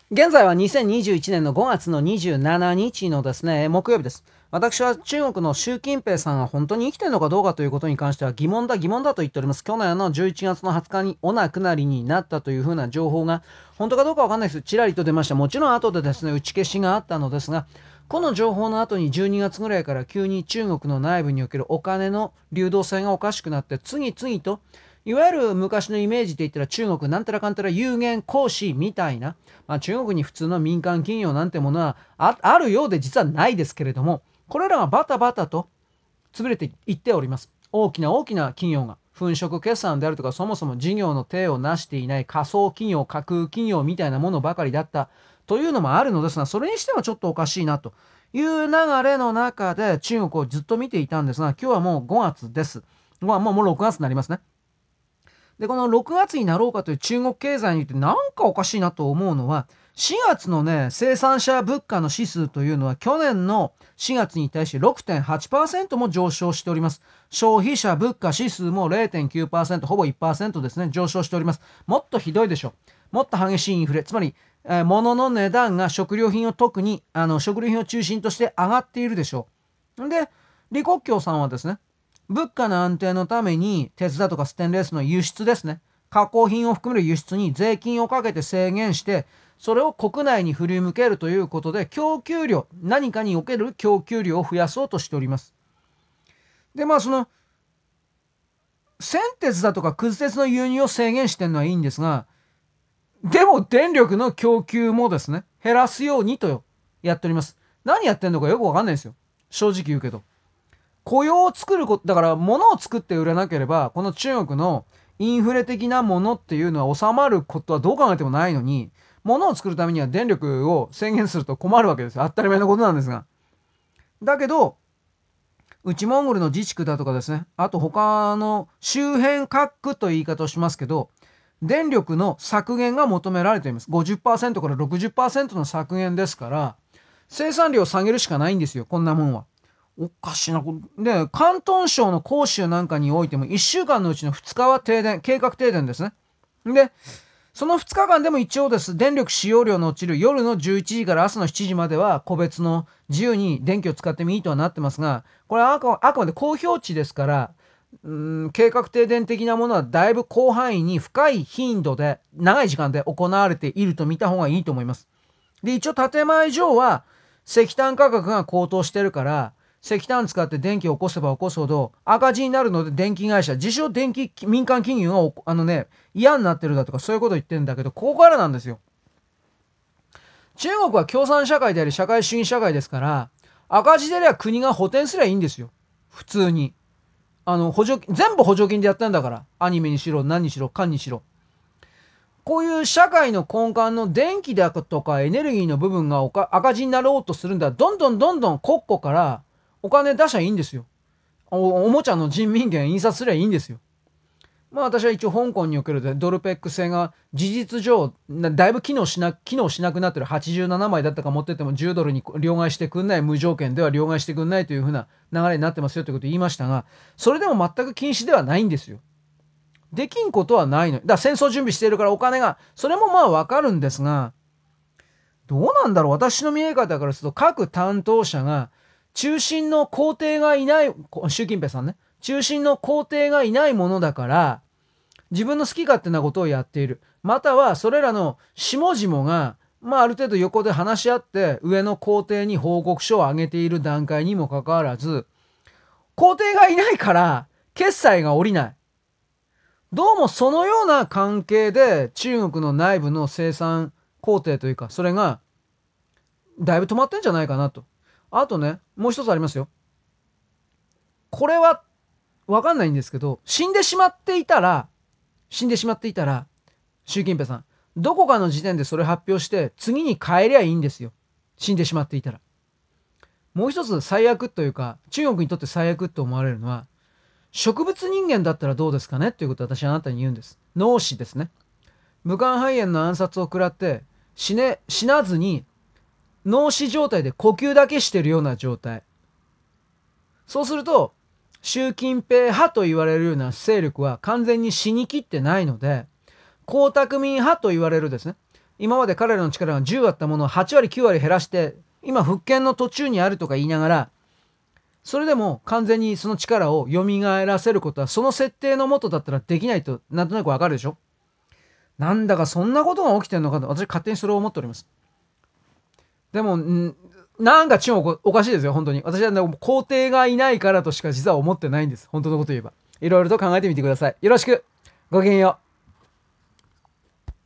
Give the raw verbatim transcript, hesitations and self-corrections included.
現在はにせんにじゅういちねんのごがつのにじゅうしちにちのですね、木曜日です。私は中国の習近平さんが本当に生きているのかどうかということに関しては疑問だ疑問だと言っております。去年のじゅういちがつのはつかにお亡くなりになったというふうな情報が本当かどうかわかんないです。ちらりと出ました。もちろん後でですね、打ち消しがあったのですが、この情報の後にじゅうにがつぐらいから急に中国の内部におけるお金の流動性がおかしくなって次々といわゆる昔のイメージで言ったら中国なんたらかんたら有限公司みたいな、まあ、中国に普通の民間企業なんてものは あ, あるようで実はないですけれども、これらがバタバタと潰れていっております。大きな大きな企業が粉飾決算であるとか、そもそも事業の手を成していない仮想企業架空企業みたいなものばかりだったというのもあるのですが、それにしてはちょっとおかしいなという流れの中で中国をずっと見ていたんですが、今日はもうごがつです。もうもうろくがつになりますね。で、このろくがつになろうかという中国経済についてなんかおかしいなと思うのは、しがつのね、生産者物価の指数というのは去年のしがつに対して ろくてんはちパーセント も上昇しております。消費者物価指数も れいてんきゅうパーセント、ほぼいちパーセントですね、上昇しております。もっとひどいでしょう。もっと激しいインフレ、つまり、えー、物の値段が食料品を特に、あの、食料品を中心として上がっているでしょう。で、李克強さんはですね、物価の安定のために鉄だとかステンレスの輸出ですね、加工品を含める輸出に税金をかけて制限して、それを国内に振り向けるということで供給量、何かにおける供給量を増やそうとしております。でまあその銑鉄だとかくず鉄の輸入を制限してるのはいいんですが、でも電力の供給もですね減らすようにとやっております。何やってんのかよくわかんないですよ、正直言うけど。雇用を作ることだから、物を作って売らなければこの中国のインフレ的なものっていうのは収まることはどう考えてもないのに、物を作るためには電力を制限すると困るわけですよ。当たり前のことなんですが。だけど内モンゴルの自治区だとかですね、あと他の周辺各区という言い方をしますけど、電力の削減が求められています。ごじゅっパーセントからろくじゅっパーセントの削減ですから、生産量を下げるしかないんですよ、こんなもんは。おかしいな。で、広東省の広州なんかにおいてもいっしゅうかんのうちのふつかは停電、計画停電ですね。で、そのふつかかんでも一応です、電力使用量の落ちる夜のじゅういちじから朝のしちじまでは個別の自由に電気を使ってもいいとはなってますが、これはあくあくまで公表値ですから、うーん計画停電的なものはだいぶ広範囲に深い頻度で長い時間で行われていると見た方がいいと思います。で、一応建前上は石炭価格が高騰してるから、石炭使って電気を起こせば起こすほど赤字になるので、電気会社、自称電気民間企業があのね、嫌になってるだとかそういうこと言ってるんだけど、ここからなんですよ。中国は共産社会であり社会主義社会ですから、赤字でりゃ国が補填すりゃいいんですよ。普通に。あの、補助金、全部補助金でやってんだから。アニメにしろ、何にしろ、かんにしろ。こういう社会の根幹の電気だとかエネルギーの部分が赤字になろうとするんだ。どんどんどんどん国庫からお金出しゃいいんですよ。お、おもちゃの人民元印刷すりゃいいんですよ。まあ私は一応香港におけるドルペック制が事実上だいぶ機能しな機能しなくなってる。はちじゅうななまいだったか持ってってもじゅうドルに両替してくんない、無条件では両替してくんないというふうな流れになってますよということを言いましたが、それでも全く禁止ではないんですよ。できんことはないの。だから戦争準備しているからお金が、それもまあわかるんですが、どうなんだろう、私の見え方からすると各担当者が中心の皇帝がいない、習近平さんね、中心の皇帝がいないものだから、自分の好き勝手なことをやっている。またはそれらの下々が、まあある程度横で話し合って上の皇帝に報告書を上げている段階にもかかわらず、皇帝がいないから決済が下りない。どうもそのような関係で中国の内部の生産工程というか、それがだいぶ止まってんじゃないかなと。あとね、もう一つありますよ。これはわかんないんですけど、死んでしまっていたら、死んでしまっていたら、習近平さん、どこかの時点でそれ発表して、次に変えりゃいいんですよ。死んでしまっていたら。もう一つ最悪というか、中国にとって最悪と思われるのは、植物人間だったらどうですかねということを私はあなたに言うんです。脳死ですね。武漢肺炎の暗殺を食らって死ね、死なずに脳死状態で呼吸だけしてるような状態。そうすると、習近平派と言われるような勢力は完全に死にきってないので、江沢民派と言われるですね、 今まで彼らの力がじゅうあったものをはち割きゅう割減らして、今復権の途中にあるとか言いながら、それでも完全にその力を蘇らせることは、その設定のもとだったらできないと、なんとなくわかるでしょ。なんだかそんなことが起きてるのかと、私勝手にそれを思っております。でも、んなんか中国おかしいですよ、本当に。私はね、皇帝がいないからとしか実は思ってないんです。本当のこと言えば。いろいろと考えてみてください。よろしく。ごきげんよう。